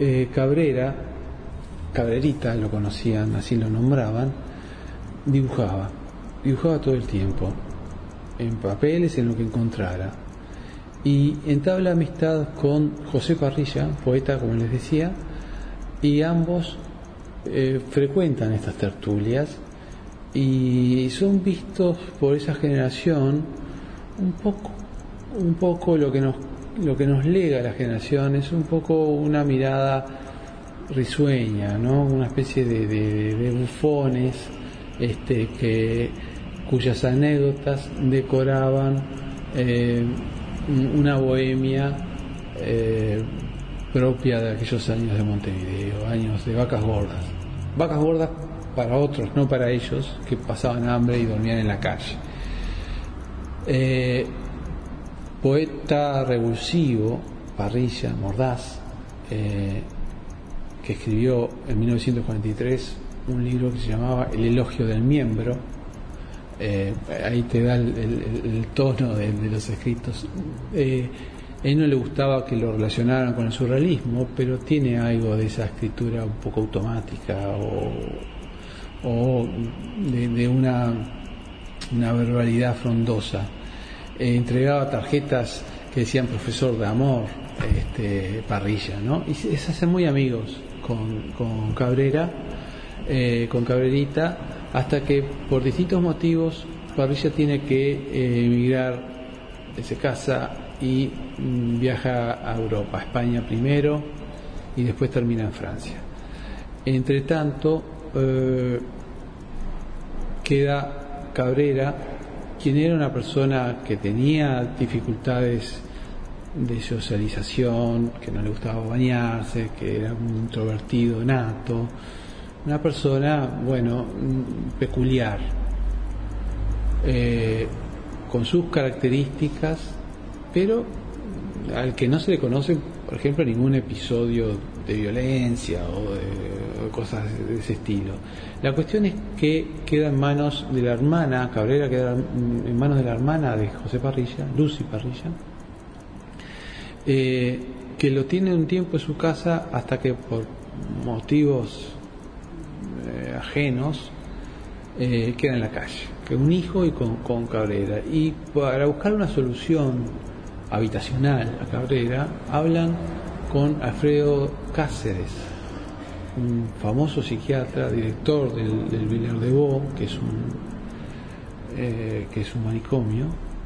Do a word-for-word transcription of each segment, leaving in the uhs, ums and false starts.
eh, Cabrera, Cabrerita lo conocían, así lo nombraban, dibujaba, dibujaba todo el tiempo, en papeles, en lo que encontrara, y entabla amistad con José Parrilla, poeta, como les decía, y ambos eh, frecuentan estas tertulias y son vistos por esa generación un poco, un poco lo que nos, lo que nos lega la generación es un poco una mirada risueña, ¿no? Una especie de, de, de bufones, este, que cuyas anécdotas decoraban eh, una bohemia eh, propia de aquellos años de Montevideo, años de vacas gordas. Vacas gordas para otros, no para ellos, que pasaban hambre y dormían en la calle. Eh, poeta revulsivo, Parrilla, mordaz, eh, que escribió en mil novecientos cuarenta y tres un libro que se llamaba El elogio del miembro. Eh, ahí te da el, el, el tono de, de los escritos. Eh, a él no le gustaba que lo relacionaran con el surrealismo, pero tiene algo de esa escritura un poco automática o, o de, de una, una verbalidad frondosa. Eh, entregaba tarjetas que decían profesor de amor, este, Parrilla, ¿no? Y se, se hacen muy amigos con, con Cabrera, eh, con Cabrerita, hasta que por distintos motivos Parrilla tiene que eh, emigrar, se casa y mm, viaja a Europa, a España primero y después termina en Francia. Entre tanto eh, queda Cabrera, quien era una persona que tenía dificultades de socialización, que no le gustaba bañarse, que era un introvertido nato, una persona, bueno, peculiar, eh, con sus características, pero al que no se le conoce, por ejemplo, ningún episodio de violencia o de, o cosas de ese estilo. La cuestión es que queda en manos de la hermana, Cabrera queda en manos de la hermana de José Parrilla, Lucy Parrilla, eh, que lo tiene un tiempo en su casa hasta que por motivos eh, ajenos eh, queda en la calle, que un hijo y con, con Cabrera, y para buscar una solución habitacional a Cabrera hablan con Alfredo Cáceres, un famoso psiquiatra, director del, del Villard-de-Vaux, que es un eh, que es un manicomio,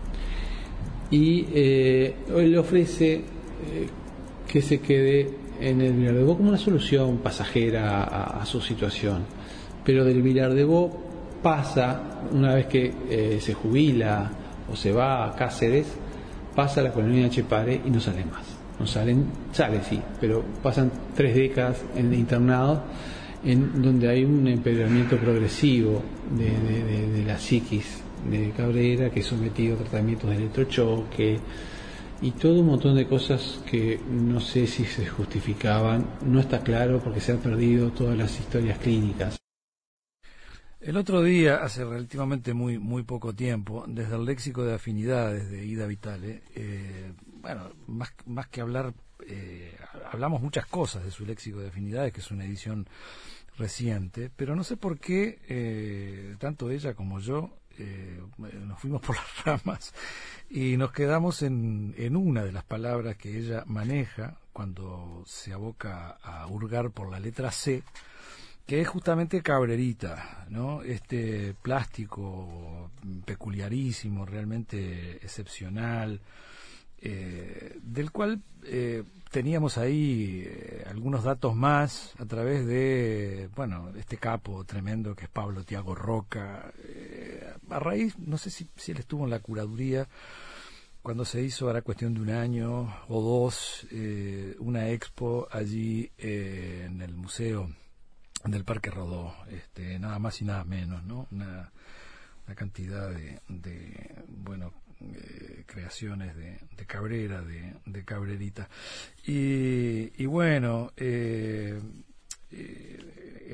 y eh, le ofrece eh, que se quede en el Villard-de-Vaux como una solución pasajera a, a su situación, pero del Villard-de-Vaux pasa, una vez que eh, se jubila o se va a Cáceres, pasa a la colonia de Chepare y no sale más. No salen, sale sí, pero pasan tres décadas en internados, en donde hay un empeoramiento progresivo de, de, de, de la psiquis de Cabrera, que es sometido a tratamientos de electrochoque y todo un montón de cosas que no sé si se justificaban, no está claro porque se han perdido todas las historias clínicas. El otro día, hace relativamente muy muy poco tiempo, desde el léxico de afinidades de Ida Vitale, eh, bueno, más, más que hablar, eh, hablamos muchas cosas de su léxico de afinidades, que es una edición reciente, pero no sé por qué, eh, tanto ella como yo, eh, nos fuimos por las ramas y nos quedamos en, en una de las palabras que ella maneja cuando se aboca a hurgar por la letra C, que es justamente Cabrerita, ¿no? Este plástico peculiarísimo, realmente excepcional, eh, del cual eh, teníamos ahí eh, algunos datos más a través de, bueno, este capo tremendo que es Pablo Tiago Roca, eh, a raíz, no sé si, si él estuvo en la curaduría cuando se hizo, hará cuestión de un año o dos, eh, una expo allí eh, en el museo del Parque Rodó, este, nada más y nada menos, ¿no? Una, una cantidad de, de bueno, eh, creaciones de, de Cabrera, de, de Cabrerita. Y, y bueno, eh, eh,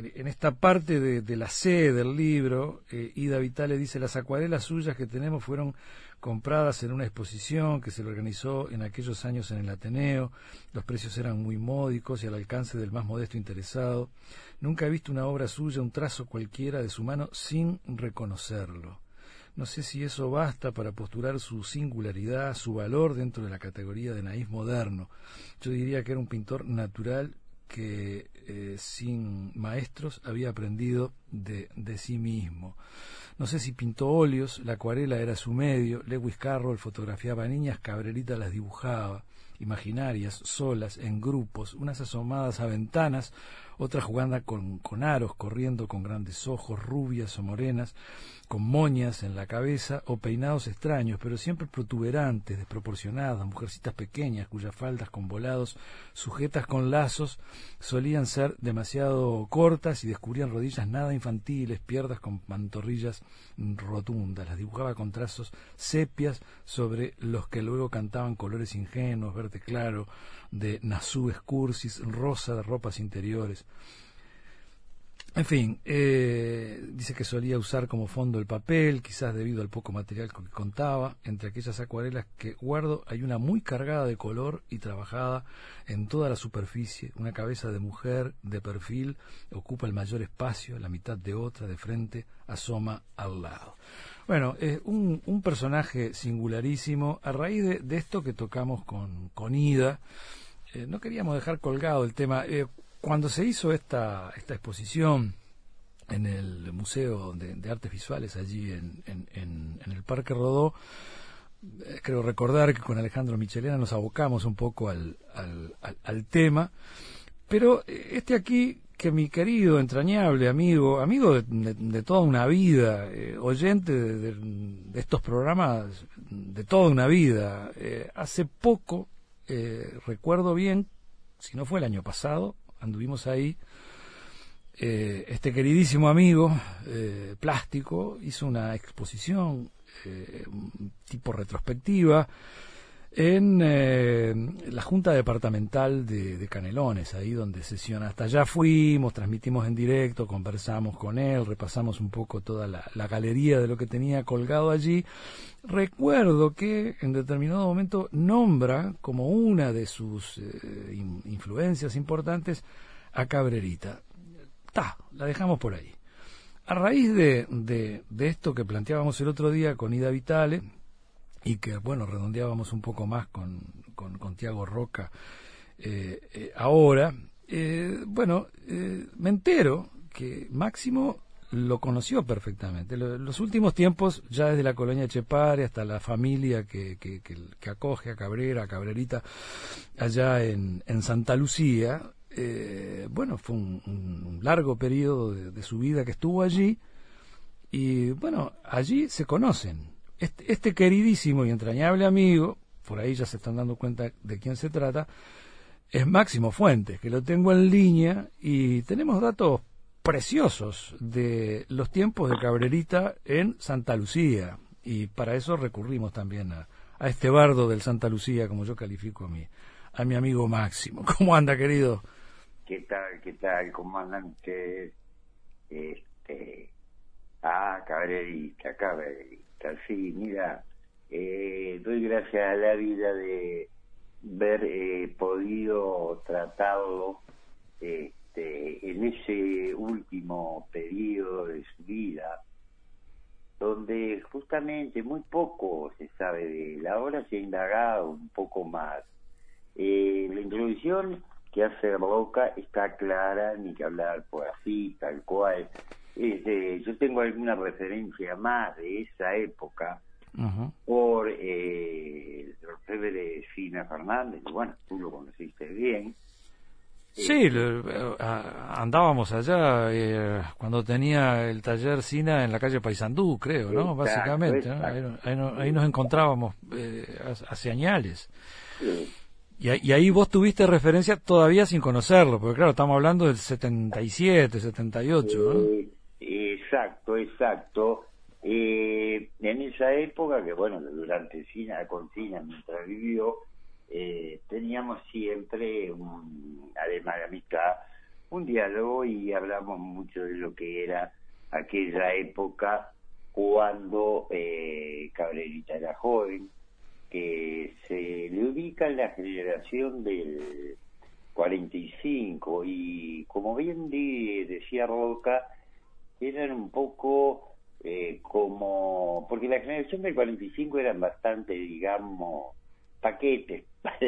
en esta parte de, de la C del libro, eh, Ida Vitale dice: las acuarelas suyas que tenemos fueron compradas en una exposición que se le organizó en aquellos años en el Ateneo. Los precios eran muy módicos y al alcance del más modesto interesado. Nunca he visto una obra suya, un trazo cualquiera de su mano, sin reconocerlo. No sé si eso basta para postular su singularidad, su valor dentro de la categoría de naif moderno. Yo diría que era un pintor natural que eh, sin maestros había aprendido de, de sí mismo. No sé si pintó óleos, la acuarela era su medio. Lewis Carroll fotografiaba niñas, Cabrerita las dibujaba, imaginarias, solas, en grupos, unas asomadas a ventanas, otras jugando con, con aros, corriendo con grandes ojos, rubias o morenas, con moñas en la cabeza o peinados extraños, pero siempre protuberantes, desproporcionadas, mujercitas pequeñas cuyas faldas con volados, sujetas con lazos, solían ser demasiado cortas y descubrían rodillas nada infantiles, piernas con pantorrillas rotundas. Las dibujaba con trazos sepias sobre los que luego cantaban colores ingenuos, verde claro, de Nassau Excursis, rosa de ropas interiores. En fin, eh, dice que solía usar como fondo el papel, quizás debido al poco material con que contaba. Entre aquellas acuarelas que guardo hay una muy cargada de color y trabajada en toda la superficie. Una cabeza de mujer de perfil ocupa el mayor espacio, la mitad de otra de frente asoma al lado. Bueno, eh, un, un personaje singularísimo. A raíz de, de esto que tocamos con, con Ida, eh, no queríamos dejar colgado el tema. Eh, Cuando se hizo esta, esta exposición en el Museo de, de Artes Visuales, allí en, en, en, en el Parque Rodó, eh, creo recordar que con Alejandro Michelena nos abocamos un poco al, al, al, al tema, pero este aquí, que mi querido, entrañable amigo, amigo de, de, de toda una vida, eh, oyente de, de, de estos programas de toda una vida, eh, hace poco, eh, recuerdo bien, si no fue el año pasado, anduvimos ahí, eh, este queridísimo amigo eh, plástico hizo una exposición eh, tipo retrospectiva en eh, la Junta Departamental de, de Canelones, ahí donde sesiona. Hasta allá fuimos, transmitimos en directo, conversamos con él, repasamos un poco toda la, la galería de lo que tenía colgado allí. Recuerdo que en determinado momento nombra como una de sus eh, in, influencias importantes a Cabrerita. Ta, la dejamos por ahí. A raíz de, de, de esto que planteábamos el otro día con Ida Vitale, y que, bueno, redondeábamos un poco más con, con, con Tiago Roca eh, eh, ahora, eh, bueno, eh, me entero que Máximo lo conoció perfectamente. Los últimos tiempos, ya desde la colonia Echepare hasta la familia que, que, que, que acoge a Cabrera, a Cabrerita, allá en, en Santa Lucía, eh, bueno, fue un, un largo periodo de, de su vida que estuvo allí, y bueno, allí se conocen. Este, este queridísimo y entrañable amigo, por ahí ya se están dando cuenta de quién se trata, es Máximo Fuentes, que lo tengo en línea, y tenemos datos preciosos de los tiempos de Cabrerita en Santa Lucía, y para eso recurrimos también a, a este bardo del Santa Lucía, como yo califico a mi, a mi amigo Máximo. ¿Cómo anda, querido? ¿Qué tal, qué tal? ¿Cómo andan ustedes? Este, ah, Cabrerita, Cabrerita. Sí, mira, eh, doy gracias a la vida de ver eh, podido tratado este, en ese último periodo de su vida, donde justamente muy poco se sabe de él. Ahora se ha indagado un poco más. Eh, la introducción que hace Roca está clara, ni que hablar por así, tal cual. Este, yo tengo alguna referencia más de esa época uh-huh. por eh, el orfebre de Fina Fernández. Bueno, tú lo conociste bien. Sí, eh, andábamos allá eh, cuando tenía el taller Sina en la calle Paysandú, creo, ¿no? Exacto, básicamente, ¿no? Ahí, ahí, ahí nos encontrábamos eh, hace añales. Sí. Y, y ahí vos tuviste referencia todavía sin conocerlo, porque claro, estamos hablando del setenta y siete, setenta y ocho, ¿no? Eh, exacto, exacto. Eh, en esa época, que bueno, durante Sina, con Sina, mientras vivió, eh, teníamos siempre, un, además de amistad, un diálogo y hablamos mucho de lo que era aquella época cuando eh, Cabrerita era joven, que se le ubica en la generación del cuarenta y cinco, y como bien di, decía Roca, eran un poco eh, como, porque la generación del cuarenta y cinco eran bastante, digamos, paquetes.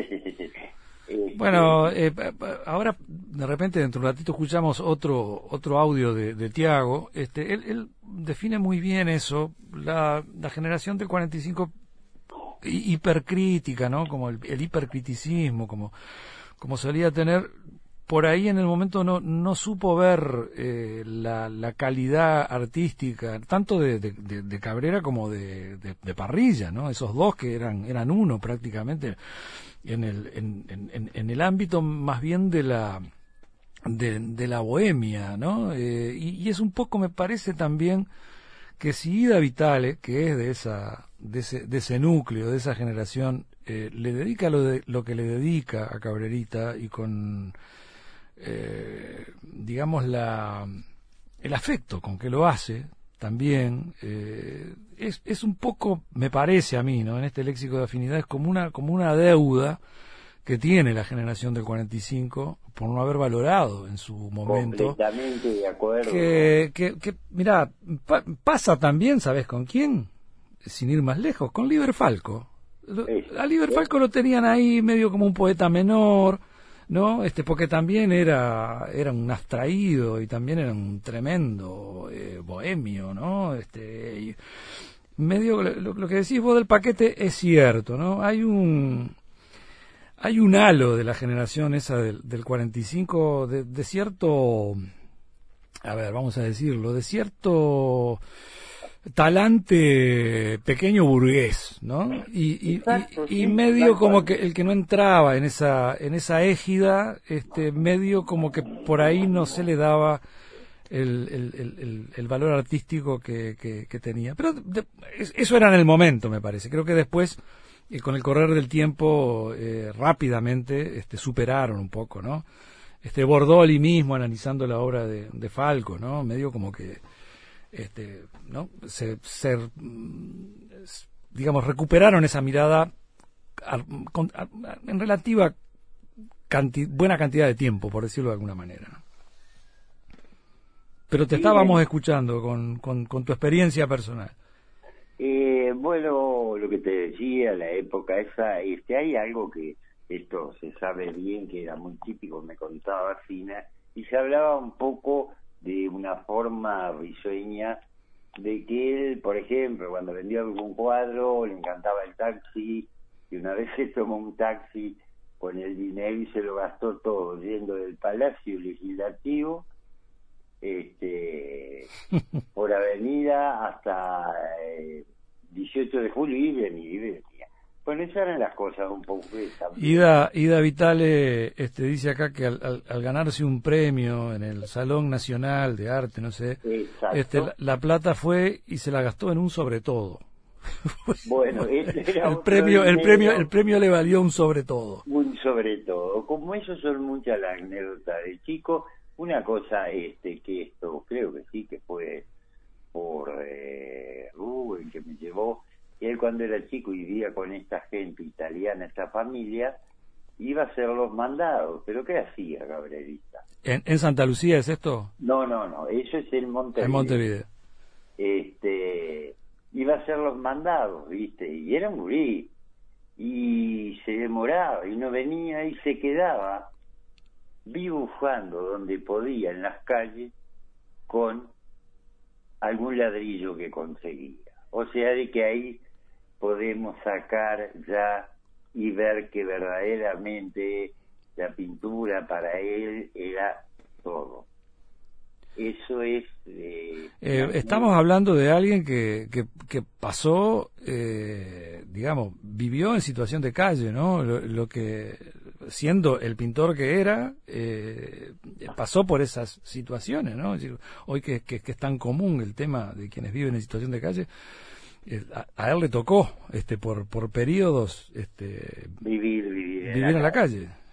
Este, bueno, eh, ahora de repente dentro de un ratito escuchamos otro otro audio de, de Tiago. Este, él, él define muy bien eso, la, la generación del cuarenta y cinco hipercrítica, ¿no? Como el, el hipercriticismo, como como solía tener. Por ahí en el momento no no supo ver eh, la, la calidad artística tanto de, de, de, de Cabrera como de, de, de Parrilla, ¿no? Esos dos que eran eran uno prácticamente en el en, en, en el ámbito más bien de la de, de la bohemia, ¿no? Eh, y, y es un poco, me parece también que si Ida Vitale, que es de esa de ese de ese núcleo, de esa generación, eh, le dedica lo de, lo que le dedica a Cabrerita y con Eh, digamos la el afecto con que lo hace también eh, es, es un poco, me parece a mí, ¿no? En este léxico de afinidades como una como una deuda que tiene la generación del cuarenta y cinco por no haber valorado en su momento. Completamente de acuerdo. Que, que, que mirá, pa, pasa también, ¿sabes con quién? Sin ir más lejos, con Liber Falco. A Liber Falco lo tenían ahí medio como un poeta menor, ¿no? Este, porque también era era un abstraído y también era un tremendo eh, bohemio, ¿no? Este, y medio lo, lo que decís vos del paquete es cierto, ¿no? Hay un hay un halo de la generación esa del, del cuarenta y cinco de, de cierto, a ver, vamos a decirlo, de cierto talante pequeño burgués, ¿no? Y, y, Exacto, y, y sí, medio como que el que no entraba en esa en esa égida, este, medio como que por ahí no se le daba el, el, el, el valor artístico que, que, que tenía. Pero de, eso era en el momento, me parece. Creo que después, eh, con el correr del tiempo, eh, rápidamente este, superaron un poco, ¿no? Este Bordoli mismo analizando la obra de, de Falco, ¿no? Medio como que este, ¿no? Se, se, digamos, recuperaron esa mirada a, con, a, en relativa canti, buena cantidad de tiempo, por decirlo de alguna manera, ¿no? Pero te Bien. estábamos escuchando con, con, con tu experiencia personal. Eh, bueno, lo que te decía, la época esa, este, hay algo que esto se sabe bien, que era muy típico, me contaba Fina, y se hablaba un poco de una forma risueña de que él, por ejemplo, cuando vendió algún cuadro, le encantaba el taxi, y una vez se tomó un taxi con el dinero y se lo gastó todo, yendo del Palacio Legislativo este por avenida hasta eh, dieciocho de julio, y venía y venía. Bueno, esas eran las cosas un poco. Ida, Ida Vitale este, dice acá que al, al, al ganarse un premio en el Salón Nacional de Arte, no sé, este, la, la plata fue y se la gastó en un sobre todo. Bueno, ese era el premio, dinero, el premio, el premio le valió un sobre todo. Un sobre todo. Como eso son muchas las anécdotas de chico. Una cosa, este, que esto creo que sí que fue por eh, Rubén, que me llevó. Él cuando era chico y vivía con esta gente italiana, esta familia, iba a hacer los mandados. ¿Pero qué hacía Cabrerita? ¿En, en Santa Lucía es esto? No, no, no, eso es en Montevideo. En Montevideo. Este, iba a hacer los mandados, ¿viste? Y era un gurí. Y se demoraba y no venía y se quedaba dibujando donde podía en las calles con algún ladrillo que conseguía. O sea, de que ahí podemos sacar ya y ver que verdaderamente la pintura para él era todo. Eso es... Eh, eh, estamos hablando de alguien que, que, que pasó, eh, digamos, vivió en situación de calle, ¿no? Lo, lo que, siendo el pintor que era, eh, pasó por esas situaciones, ¿no? Es decir, hoy que, que, que es tan común el tema de quienes viven en situación de calle, eh, a, a él le tocó, este, por, por periodos, este, vivir, vivir, vivir en la calle. En la calle.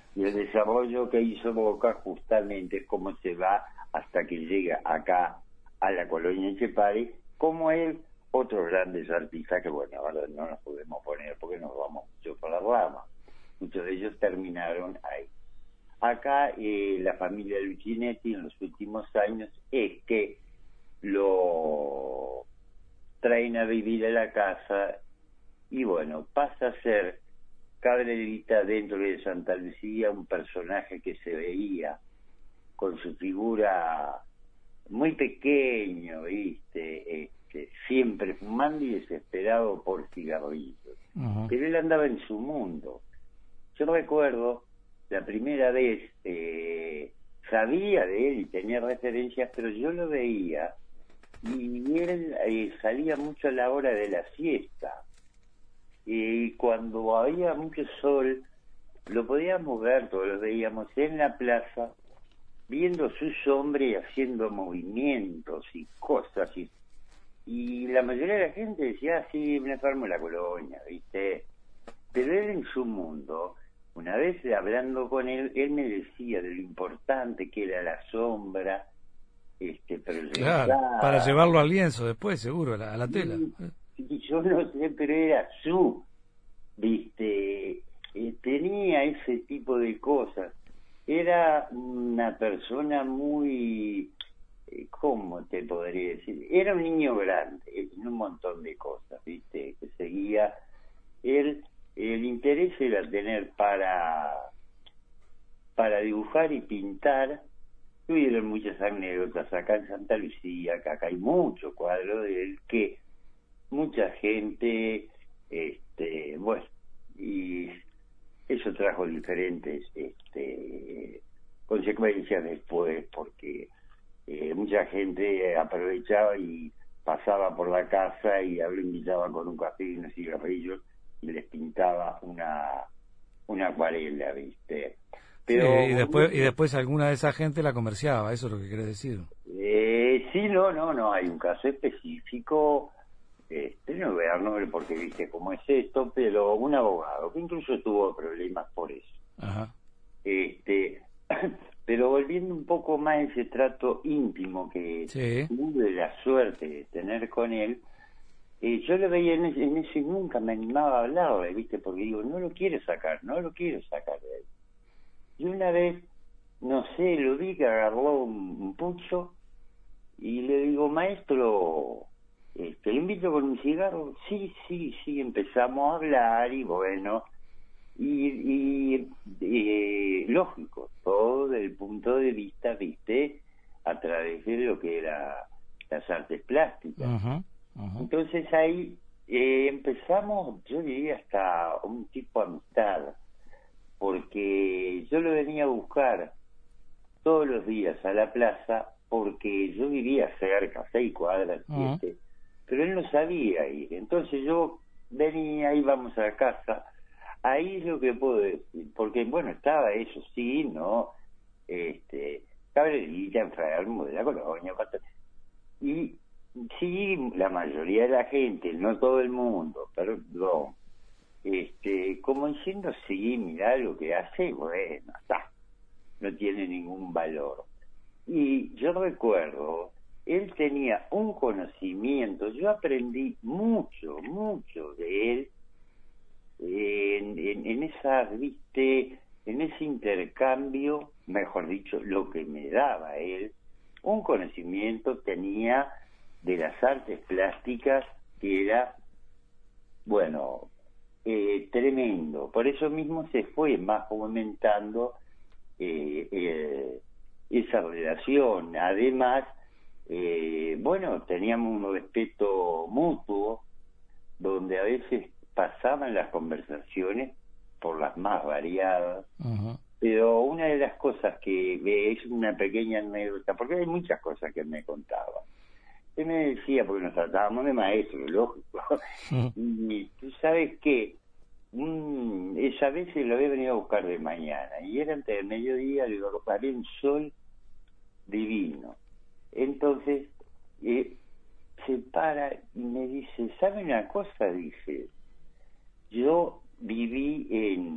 Y el desarrollo que hizo Boca justamente es cómo se va hasta que llega acá a la colonia Etxepare, como él, otros grandes artistas que, bueno, ahora no nos podemos poner porque nos vamos mucho por la rama. Muchos de ellos terminaron ahí. Acá eh, la familia Luchinetti en los últimos años es que lo traen a vivir a la casa y bueno, pasa a ser Cabrerita dentro de Santa Lucía, un personaje que se veía con su figura muy pequeño, ¿viste? Este, siempre fumando y desesperado por cigarrillos. Uh-huh. Pero él andaba en su mundo. Yo recuerdo la primera vez, eh, sabía de él y tenía referencias, pero yo lo veía y él eh, salía mucho a la hora de la siesta. Y cuando había mucho sol, lo podíamos ver, todos lo veíamos en la plaza, viendo su sombra y haciendo movimientos y cosas. Y, y la mayoría de la gente decía, ah, sí, me enfermo en la colonia, ¿viste? Pero él en su mundo, una vez hablando con él, él me decía de lo importante que era la sombra, este, pero claro, para llevarlo al lienzo después, seguro, a la, a la tela. Y yo no sé, pero era su, viste, eh, tenía ese tipo de cosas. Era una persona muy, eh, ¿cómo te podría decir? Era un niño grande, en un montón de cosas, viste, que seguía. Él, el interés era tener para, para dibujar y pintar. Tuvieron muchas anécdotas acá en Santa Lucía, que acá hay mucho cuadro de él que mucha gente, este, bueno, y eso trajo diferentes este, consecuencias después, porque eh, mucha gente aprovechaba y pasaba por la casa y lo invitaba con un café y unos cigarrillos y les pintaba una, una acuarela, ¿viste? Pero, sí, y después y después alguna de esa gente la comerciaba, eso es lo que querés decir. Eh, sí, no, no, no, hay un caso específico. Este, no voy a dar nombre porque viste cómo es esto, pero un abogado que incluso tuvo problemas por eso. Ajá. Este, pero volviendo un poco más a ese trato íntimo que sí. tuve la suerte de tener con él, eh, yo lo veía en ese, en ese y nunca me animaba a hablarle, viste, porque digo, no lo quiero sacar, no lo quiero sacar de él. Y una vez, no sé, lo vi que agarró un, un pucho y le digo, maestro, Este, le invito con un cigarro, sí, sí, sí, empezamos a hablar y bueno, y, y eh, lógico, todo desde el punto de vista, viste, a través de lo que era las artes plásticas. Uh-huh, uh-huh. Entonces ahí eh, empezamos, yo diría hasta un tipo de amistad, porque yo lo venía a buscar todos los días a la plaza, porque yo vivía cerca, seis cuadras, uh-huh. siete, pero él no sabía ir. Entonces yo venía, íbamos a la casa, ahí es lo que puedo decir, porque bueno, estaba eso sí, ¿no? Este, Cabrerita, enfermo de la colonia, y sí, la mayoría de la gente, no todo el mundo, perdón, este, como diciendo, sí, mirá lo que hace, bueno, está, no tiene ningún valor. Y yo recuerdo, él tenía un conocimiento, yo aprendí mucho, mucho de él en, en, en esa, viste, en ese intercambio, mejor dicho, lo que me daba él, un conocimiento tenía de las artes plásticas que era, bueno, eh, tremendo. Por eso mismo se fue más fomentando eh, eh, esa relación. Además, eh, bueno, teníamos un respeto mutuo, donde a veces pasaban las conversaciones por las más variadas. Uh-huh. Pero una de las cosas que es una pequeña anécdota, porque hay muchas cosas que me contaba. Él me decía, porque nos tratábamos de maestros, lógico, uh-huh. Y tú sabes que mm, esa vez lo había venido a buscar de mañana, y era antes del mediodía, le digo, había un sol divino. Entonces, eh, se para y me dice, ¿sabe una cosa? Dice, yo viví en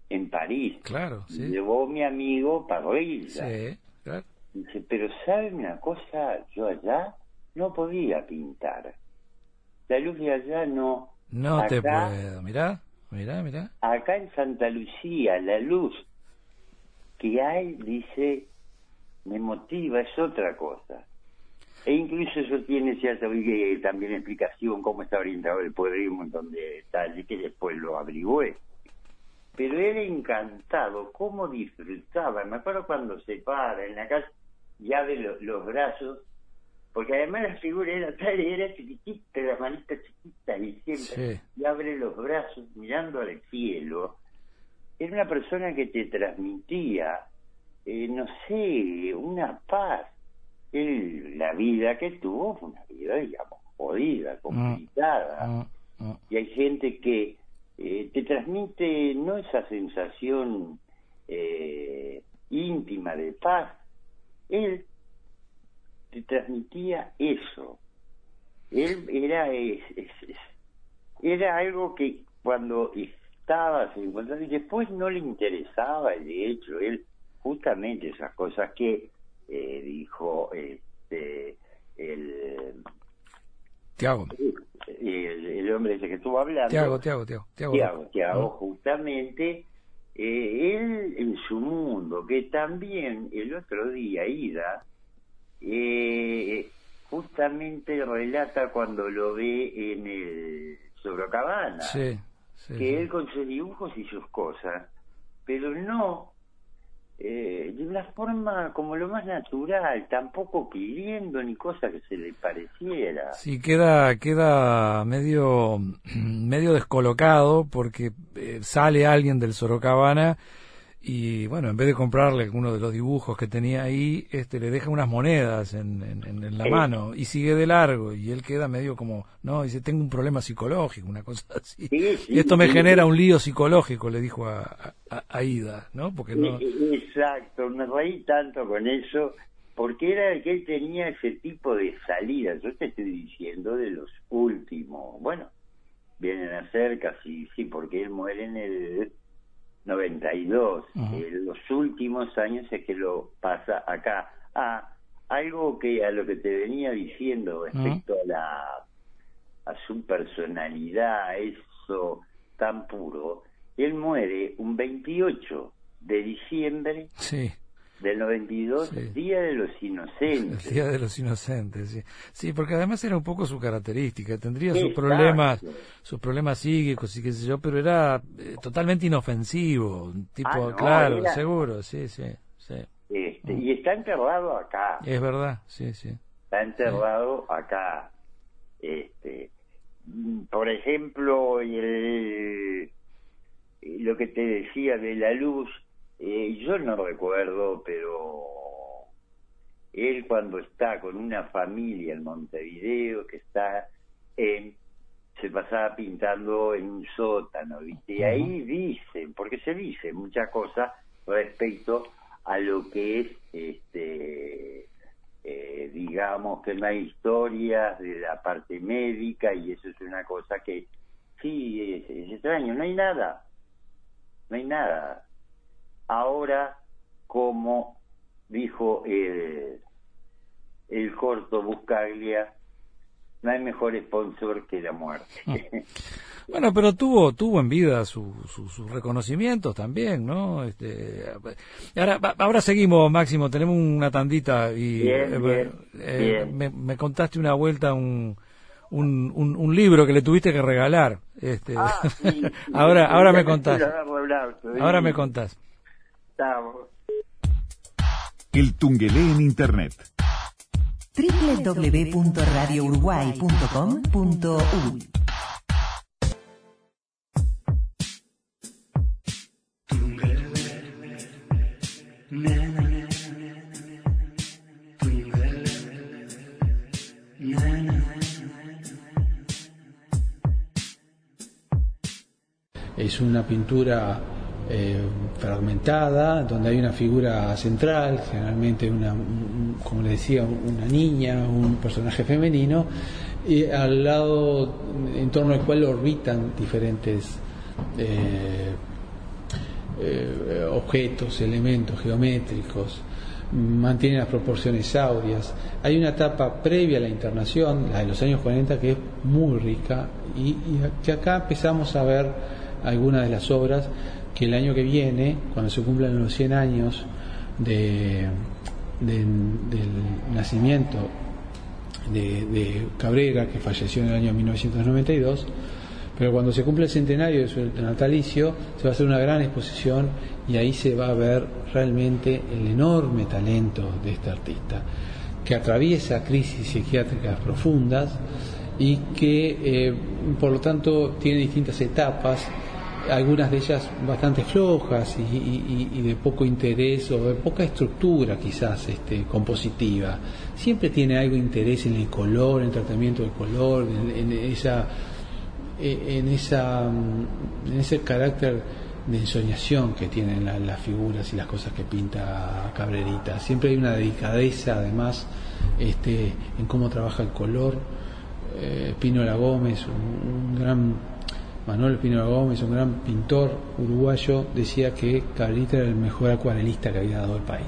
en París. Claro, sí. Me llevó mi amigo Parrilla. Sí, claro. Dice, pero ¿saben una cosa? Yo allá no podía pintar. La luz de allá no. No acá, te puedo. Mirá, mirá, mirá. Acá en Santa Lucía, la luz que hay, dice, me motiva, es otra cosa. E incluso eso tiene cierta eh, también explicación, cómo está orientado el poder y un montón de detalles que después lo averigüé. Pero era encantado, cómo disfrutaba. Me acuerdo cuando se para en la casa y abre lo, los brazos, porque además la figura era tal, era chiquitita, la manita chiquita y siempre, sí. y abre los brazos mirando al cielo. Era una persona que te transmitía, eh, no sé, una paz. Él, la vida que tuvo fue una vida, digamos, jodida, complicada. Mm, mm, mm. Y hay gente que eh, te transmite no esa sensación eh, íntima de paz. Él te transmitía eso. Él era es, es, es, era algo que cuando estaba se encontraba y después no le interesaba. De hecho, él justamente esas cosas que eh, dijo este el Tiago el, el hombre ese que estuvo hablando Tiago Tiago Tiago Tiago Tiago, Tiago justamente eh, él en su mundo, que también el otro día Ida eh, justamente relata cuando lo ve en el Sorocabana, sí, sí, que sí. él con sus dibujos y sus cosas, pero no eh, de una forma como lo más natural, tampoco pidiendo ni cosa que se le pareciera. Sí, queda queda medio medio descolocado porque eh, sale alguien del Sorocabana y bueno, en vez de comprarle uno de los dibujos que tenía ahí, este le deja unas monedas en, en, en la Eh. mano y sigue de largo y él queda medio como, no, dice, tengo un problema psicológico, una cosa así. Sí, sí, y esto me sí, genera sí. un lío psicológico, le dijo a, a, a Ida, ¿no? Porque no... Exacto, me reí tanto con eso, porque era el que él tenía ese tipo de salidas. Yo te estoy diciendo de los últimos, bueno, vienen a ser casi, sí, porque él muere en el noventa y dos, uh-huh. eh, los últimos años es que lo pasa acá. Ah, algo que a lo que te venía diciendo respecto uh-huh. a la a su personalidad, eso tan puro, él muere un veintiocho de diciembre sí. del noventa y dos, sí. Día de los Inocentes. El Día de los Inocentes, sí. Sí, porque además era un poco su característica, tendría Exacto. sus problemas, sus problemas psíquicos y qué sé yo, pero era eh, totalmente inofensivo, tipo, ah, no, claro, era... seguro, sí, sí, sí. Este, mm. Y está enterrado acá. Es verdad, sí, sí. Está enterrado sí. acá. Este, por ejemplo, el, lo que te decía de la luz, eh, yo no recuerdo, pero él cuando está con una familia en Montevideo, que está en, se pasaba pintando en un sótano, ¿viste? Y ahí dicen, porque se dice muchas cosas respecto a lo que es, este, eh, digamos, que no hay historias de la parte médica, y eso es una cosa que sí, es, es extraño, no hay nada, no hay nada. Ahora, como dijo el, el corto Buscaglia, no hay mejor sponsor que la muerte. Bueno, pero tuvo tuvo en vida sus su, su reconocimientos también, ¿no? Este, ahora ahora seguimos, Máximo, tenemos una tandita y bien, eh, bien, eh, bien. Me, me contaste una vuelta un Un, un, un libro que le tuviste que regalar. Este, ah, sí, sí, ahora sí, ahora sí, me contás. Ahora me contás. Estamos. El Tungelé en Internet. doble u doble u doble u punto radio uruguay punto com punto u y Es una pintura eh, fragmentada, donde hay una figura central, generalmente una, un, como les decía, una niña, un personaje femenino, y al lado, en torno al cual orbitan diferentes eh, eh, objetos, elementos geométricos, mantiene las proporciones áureas. Hay una etapa previa a la internación, la de los años cuarenta, que es muy rica, y, y que acá empezamos a ver algunas de las obras que el año que viene, cuando se cumplan los cien años de, de, del nacimiento de, de Cabrera, que falleció en el año mil novecientos noventa y dos, pero cuando se cumple el centenario de su natalicio se va a hacer una gran exposición, y ahí se va a ver realmente el enorme talento de este artista, que atraviesa crisis psiquiátricas profundas y que eh, por lo tanto tiene distintas etapas, algunas de ellas bastante flojas y, y, y de poco interés o de poca estructura quizás este, compositiva. Siempre tiene algo de interés en el color, en el tratamiento del color, en, en esa en esa en ese carácter de ensoñación que tienen la, las figuras y las cosas que pinta Cabrerita. Siempre hay una delicadeza además este, en cómo trabaja el color. eh, Pínola Gómez, un, un gran Manuel Pínola Gómez, un gran pintor uruguayo, decía que Cabrerita era el mejor acuarelista que había dado el país.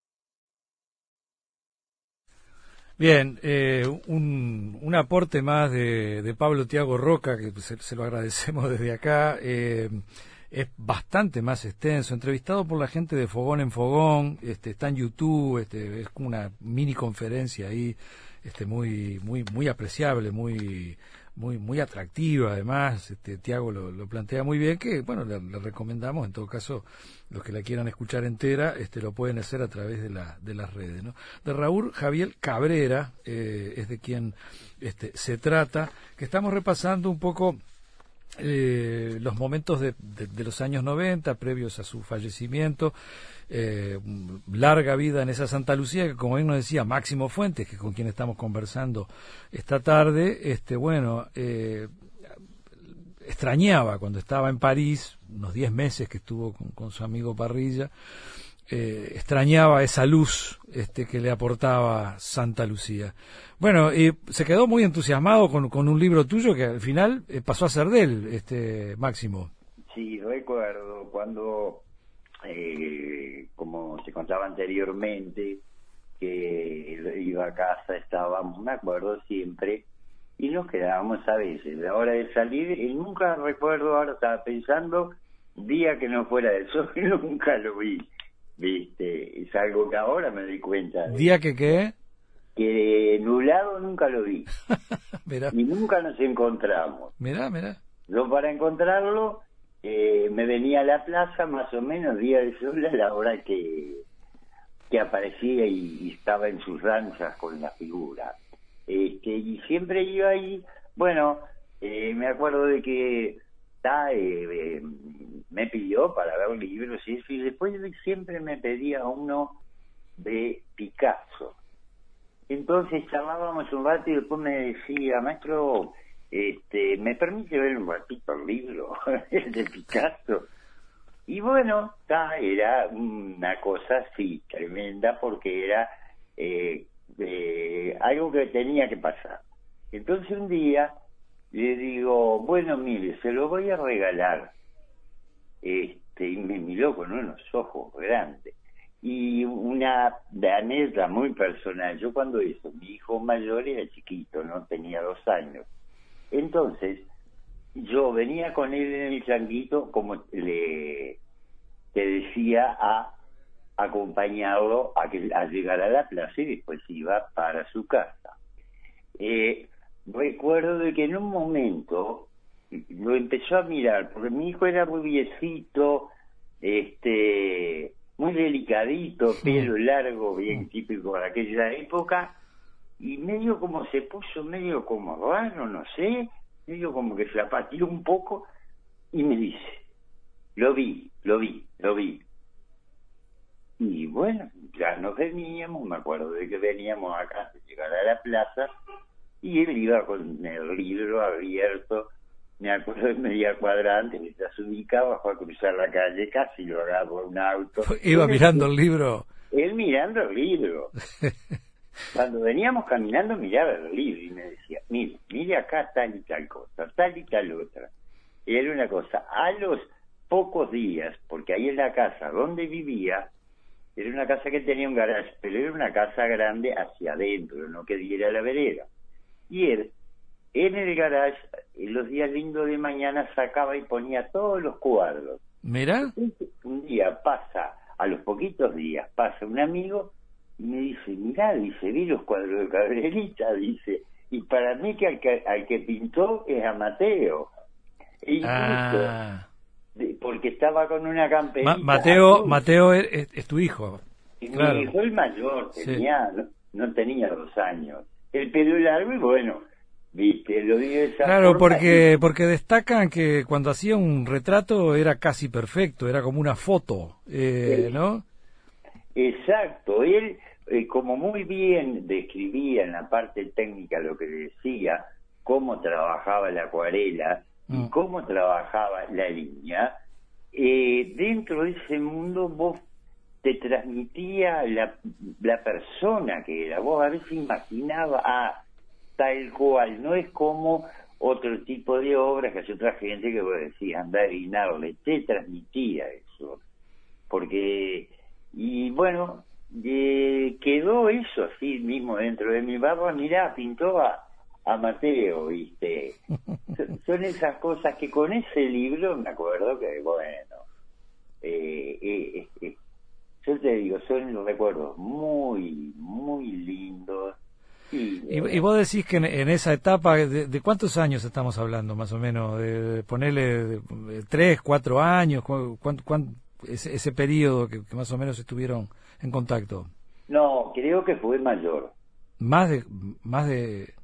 Bien, eh, un, un aporte más de, de Pablo Tiago Roca, que se, se lo agradecemos desde acá. Eh, es bastante más extenso, entrevistado por la gente de Fogón en Fogón, este, está en YouTube, este, es como una mini conferencia ahí, este, muy, muy, muy apreciable, muy, muy, muy atractiva. Además, este, Tiago lo, lo plantea muy bien, que bueno, le, le recomendamos, en todo caso, los que la quieran escuchar entera, este, lo pueden hacer a través de la, de las redes, ¿no? De Raúl Javier Cabrera, eh, es de quien, este, se trata, que estamos repasando un poco Eh, los momentos de, de, de los años noventa, previos a su fallecimiento, eh, larga vida en esa Santa Lucía, que como bien nos decía Máximo Fuentes, que con quien estamos conversando esta tarde, este bueno, eh, extrañaba cuando estaba en París, unos diez meses que estuvo con, con su amigo Parrilla, eh, extrañaba esa luz este, que le aportaba Santa Lucía. Bueno, eh, se quedó muy entusiasmado con, con un libro tuyo que al final eh, pasó a ser de él, este, Máximo. Sí, recuerdo cuando, eh, como te contaba anteriormente, que iba a casa, estábamos, me acuerdo siempre, y nos quedábamos a veces, a la hora de salir, y nunca recuerdo, ahora estaba pensando, día que no fuera del sol, nunca lo vi, viste, es algo que ahora me doy cuenta. ¿Día que qué? Que nublado nunca lo vi. Mirá. Y nunca nos encontramos. Mirá, mirá. Yo para encontrarlo eh, me venía a la plaza más o menos día de sol a la hora que, que aparecía y, y estaba en sus danzas con la figura. Este, y siempre iba ahí, bueno, eh, me acuerdo de que ta, eh, eh, me pidió para ver libros y eso, y después siempre me pedía uno de Picasso. Entonces charlábamos un rato y después me decía, maestro, este, ¿me permite ver un ratito el libro el de Picasso? Y bueno, ta, era una cosa así, tremenda, porque era eh, eh, algo que tenía que pasar. Entonces un día le digo, bueno, mire, se lo voy a regalar. Este, y me miró con unos ojos grandes. Y una anécdota muy personal, yo cuando eso, mi hijo mayor era chiquito, no tenía dos años. Entonces, yo venía con él en el changuito, como le te decía, a acompañarlo a, que, a llegar a la plaza y después iba para su casa. Eh, recuerdo de que en un momento lo empezó a mirar, porque mi hijo era muy viejito, este... muy delicadito, pelo largo, bien típico de aquella época, y medio como se puso, medio como raro, no sé, medio como que se apatió un poco, y me dice, lo vi, lo vi, lo vi. Y bueno, ya nos veníamos, me acuerdo de que veníamos acá de llegar a la plaza, y él iba con el libro abierto, me acuerdo de media cuadrante, mientras se ubicaba, fue a cruzar la calle, casi lo agarró un auto. Iba mirando el libro. Él mirando el libro. Cuando veníamos caminando miraba el libro y me decía, mire, mire acá tal y tal cosa, tal y tal otra. Y era una cosa, a los pocos días, porque ahí en la casa donde vivía, era una casa que tenía un garaje, pero era una casa grande hacia adentro, no que diera a la vereda. Y él, en el garage, en los días lindos de mañana, sacaba y ponía todos los cuadros. ¿Mira? Un día pasa, a los poquitos días, pasa un amigo y me dice, mirá, dice, vi los cuadros de Cabrerita, dice, y para mí que al que, al que pintó es a Mateo. E incluso, Ah. de, porque estaba con una camperita. Ma- Mateo, azul. Mateo es, es- es tu hijo. Y Claro. mi hijo el mayor Sí. tenía, no, no tenía dos años. El pelo largo y bueno, viste, lo vi de esa Claro, forma porque y- porque destacan que cuando hacía un retrato era casi perfecto, era como una foto, eh, Sí. ¿no? Exacto, él eh, como muy bien describía en la parte técnica lo que decía, cómo trabajaba la acuarela y Mm. cómo trabajaba la línea, eh, dentro de ese mundo vos te transmitía la, la persona que era, vos a veces imaginabas, ah, tal cual, no es como otro tipo de obras que hace otra gente que vos decís, anda a adivinarle, te transmitía eso, porque, y bueno, eh, quedó eso así mismo dentro de mi barba, mirá, pintó a, a Mateo, viste, son, son esas cosas que con ese libro me acuerdo que, bueno, eh, eh, eh, yo te digo, son los recuerdos muy, muy lindos. Y, Y, eh, y vos decís que en, en esa etapa, de, de cuántos años estamos hablando más o menos? De, de ponerle de, de tres, cuatro años, cu- cuán- cuán- ese, ese periodo que, que más o menos estuvieron en contacto. no, creo que fue mayor. Más de, más de,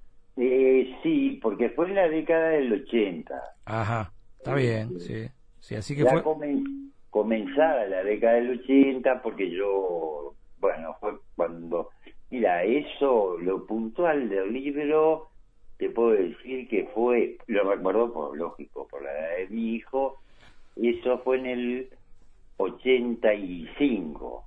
Eh, sí, porque fue en la década del ochenta. ajá, está bien, sí, sí, así que Ya fue, comen- comenzada la década del ochenta, porque yo, bueno, fue cuando, mira, eso, lo puntual del libro, te puedo decir que fue, lo recuerdo por lógico, por la edad de mi hijo, eso fue en el ochenta y cinco,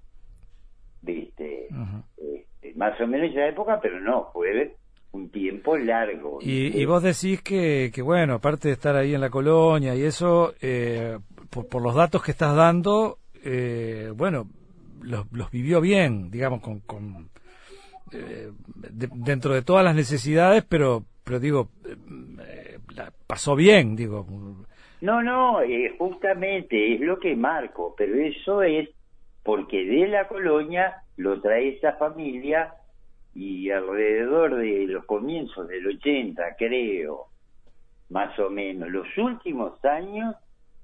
viste, ujú. este, más o menos esa época, pero no, fue un tiempo largo. Y, y vos decís que, que, bueno, aparte de estar ahí en la colonia y eso, eh, por, por los datos que estás dando, eh, bueno, los, los vivió bien, digamos, con, con eh, de- dentro de todas las necesidades, pero, pero digo, eh, la pasó bien, digo. No, no, eh, justamente es lo que marco, pero eso es porque de la colonia lo trae esa familia y alrededor de los comienzos del ochenta, creo, más o menos, los últimos años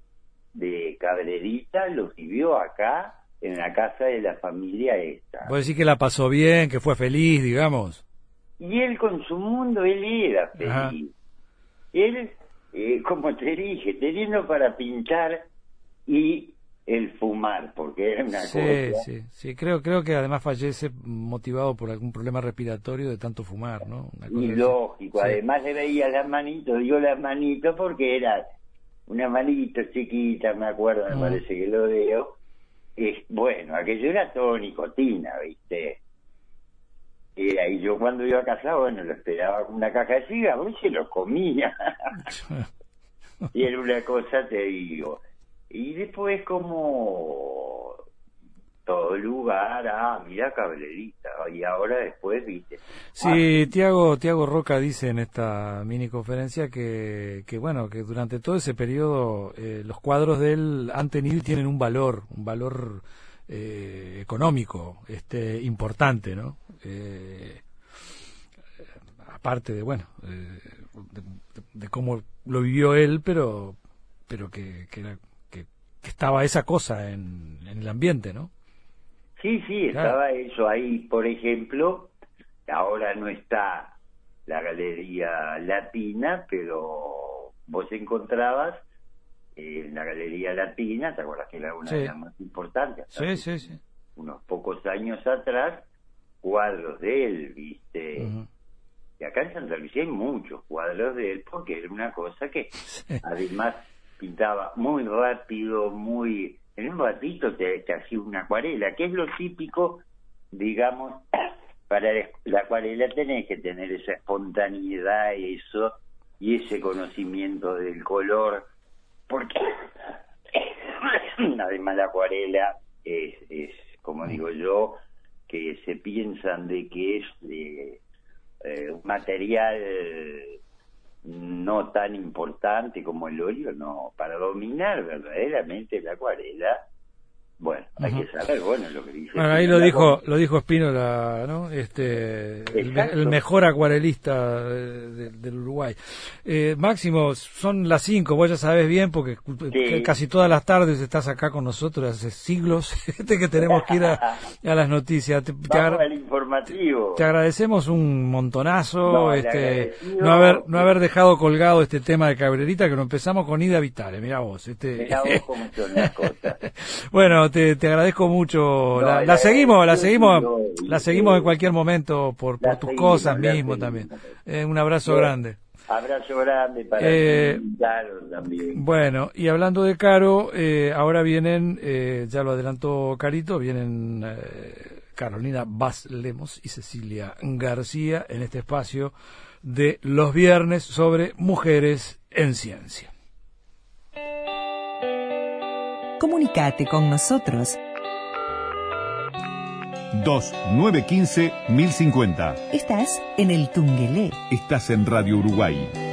de Cabrerita los vivió acá, en la casa de la familia esta. Vos decís que la pasó bien, que fue feliz, digamos. Y él con su mundo, él era Ajá. feliz. Él, eh, como te dije, teniendo para pintar y el fumar, porque era una Sí, cosa... sí, sí, creo, creo que además fallece motivado por algún problema respiratorio de tanto fumar, ¿no? Una cosa Y así. lógico, Sí. además le veía las manitos, digo las manitos porque era una manito chiquita, me acuerdo, me Mm. parece que lo veo. Es, bueno, aquello era todo nicotina, ¿viste? Era, y yo cuando iba a casa, bueno, lo esperaba con una caja de cigarros y se lo comía. Y era una cosa, te digo. Y después como todo lugar, ah, mira Cabrerita, y ahora después, viste. Sí, Tiago, Tiago Roca dice en esta mini conferencia que, que bueno, que durante todo ese periodo eh, los cuadros de él han tenido y tienen un valor, un valor eh, económico, este, importante, ¿no? Eh, aparte de, bueno, eh, de, de- de cómo lo vivió él, pero, pero que, que, era- que, que estaba esa cosa en, en el ambiente, ¿no? Sí, sí, estaba eso ahí, por ejemplo, ahora no está la Galería Latina, pero vos encontrabas eh, en la Galería Latina, ¿te acuerdas que era una Sí. de las más importantes? Sí, sí, sí. Unos pocos años atrás, cuadros de él, ¿viste? Ujú. Y acá en Santa Lucía hay muchos cuadros de él, porque era una cosa que Sí. además pintaba muy rápido, muy... En un ratito te, te hacía una acuarela, que es lo típico, digamos, para la, la acuarela tenés que tener esa espontaneidad, eso, y ese conocimiento del color, porque Además la acuarela es, es, como digo yo, que se piensan de que es eh, eh, un material no tan importante como el óleo, no, para dominar verdaderamente la acuarela, bueno, hay uh-huh. que saber, bueno, lo que dice. Bueno, ahí lo dijo, lo dijo Spínola, ¿no? Este, el, el mejor acuarelista de, de, del Uruguay. Eh, Máximo, son las cinco, vos ya sabés bien, porque sí. casi todas las tardes estás acá con nosotros, hace siglos este que tenemos que ir a, a las noticias. Te, te, agra- al informativo. te agradecemos un montonazo, no, este, no haber, no haber dejado colgado este tema de Cabrerita, que lo empezamos con Ida Vitale, mirá vos, este. Mirá vos cómo son las cosas. Bueno, Te, te agradezco mucho. No, la, la, la seguimos, la seguimos, no, la seguimos en cualquier momento por, por tus seguimos, cosas mismo también. Eh, un abrazo bueno, grande. Abrazo grande para eh, ti, Caro también. Bueno, y hablando de Caro, eh, ahora vienen, eh, ya lo adelantó Carito, vienen eh, Carolina Vaz Lemos y Cecilia García en este espacio de los viernes sobre mujeres en ciencia. Comunicate con nosotros. dos nueve uno cinco mil cincuenta. Estás en el Tungelé. Estás en Radio Uruguay.